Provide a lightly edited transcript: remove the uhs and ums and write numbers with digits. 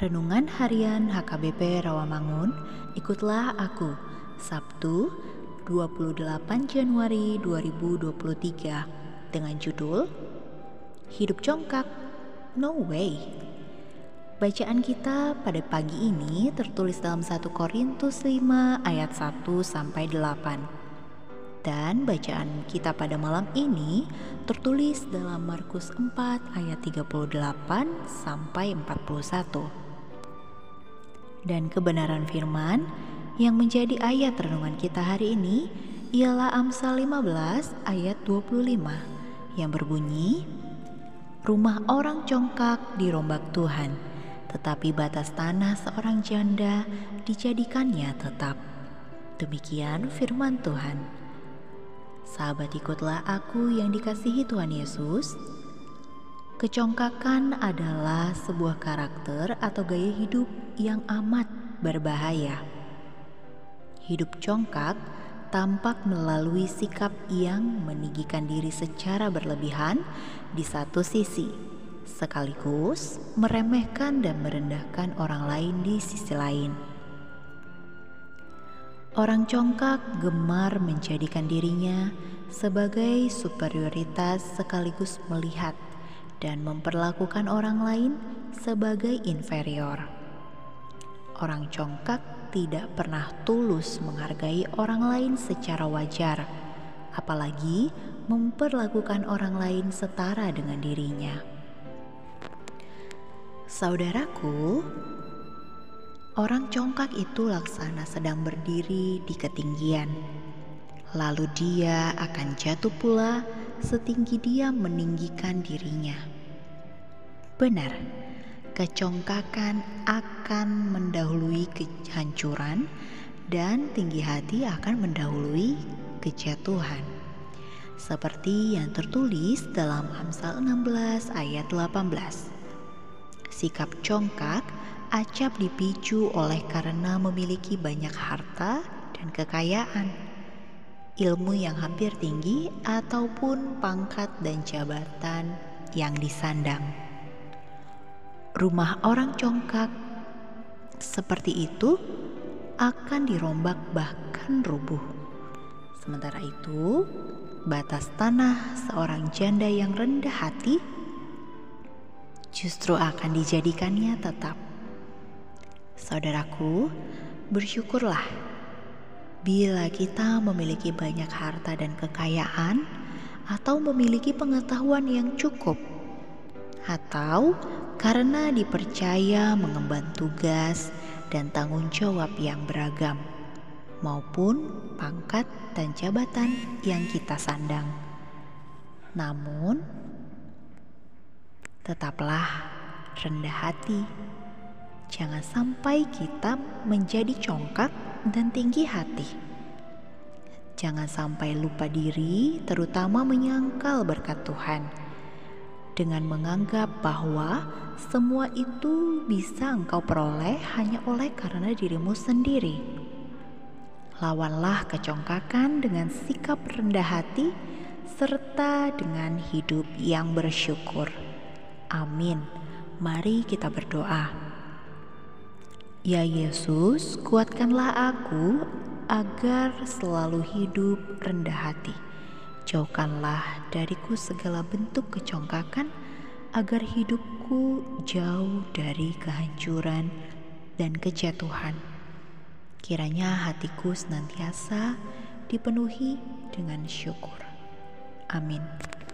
Renungan Harian HKBP Rawamangun, ikutlah aku, Sabtu 28 Januari 2023, dengan judul Hidup Congkak, No Way. Bacaan kita pada pagi ini tertulis dalam 1 Korintus 5 ayat 1-8. Dan bacaan kita pada malam ini tertulis dalam Markus 4 ayat 38-41. Dan kebenaran firman yang menjadi ayat renungan kita hari ini ialah Amsal 15 ayat 25 yang berbunyi, "Rumah orang congkak dirombak Tuhan, tetapi batas tanah seorang janda dijadikannya tetap." Demikian firman Tuhan. Sahabat, ikutlah aku yang dikasihi Tuhan Yesus. Kecongkakan adalah sebuah karakter atau gaya hidup yang amat berbahaya. Hidup congkak tampak melalui sikap yang meninggikan diri secara berlebihan di satu sisi, sekaligus meremehkan dan merendahkan orang lain di sisi lain. Orang congkak gemar menjadikan dirinya sebagai superioritas sekaligus melihat dan memperlakukan orang lain sebagai inferior. Orang congkak tidak pernah tulus menghargai orang lain secara wajar, apalagi memperlakukan orang lain setara dengan dirinya. Saudaraku, orang congkak itu laksana sedang berdiri di ketinggian, lalu dia akan jatuh pula setinggi dia meninggikan dirinya. Benar, kecongkakan akan mendahului kehancuran dan tinggi hati akan mendahului kejatuhan. Seperti yang tertulis dalam Amsal 16 ayat 18. Sikap congkak acap dipicu oleh karena memiliki banyak harta dan kekayaan, ilmu yang hampir tinggi, ataupun pangkat dan jabatan yang disandang. Rumah orang congkak seperti itu akan dirombak bahkan rubuh. Sementara itu, batas tanah seorang janda yang rendah hati justru akan dijadikannya tetap. Saudaraku, bersyukurlah bila kita memiliki banyak harta dan kekayaan, atau memiliki pengetahuan yang cukup, atau karena dipercaya mengemban tugas dan tanggung jawab yang beragam, maupun pangkat dan jabatan yang kita sandang. Namun, tetaplah rendah hati. Jangan sampai kita menjadi congkak dan tinggi hati. Jangan sampai lupa diri, terutama menyangkal berkat Tuhan, dengan menganggap bahwa semua itu bisa engkau peroleh hanya oleh karena dirimu sendiri. Lawanlah kecongkakan dengan sikap rendah hati serta dengan hidup yang bersyukur. Amin. Mari kita berdoa. Ya Yesus, kuatkanlah aku agar selalu hidup rendah hati. Jauhkanlah dariku segala bentuk kecongkakan, agar hidupku jauh dari kehancuran dan kejatuhan. Kiranya hatiku senantiasa dipenuhi dengan syukur. Amin.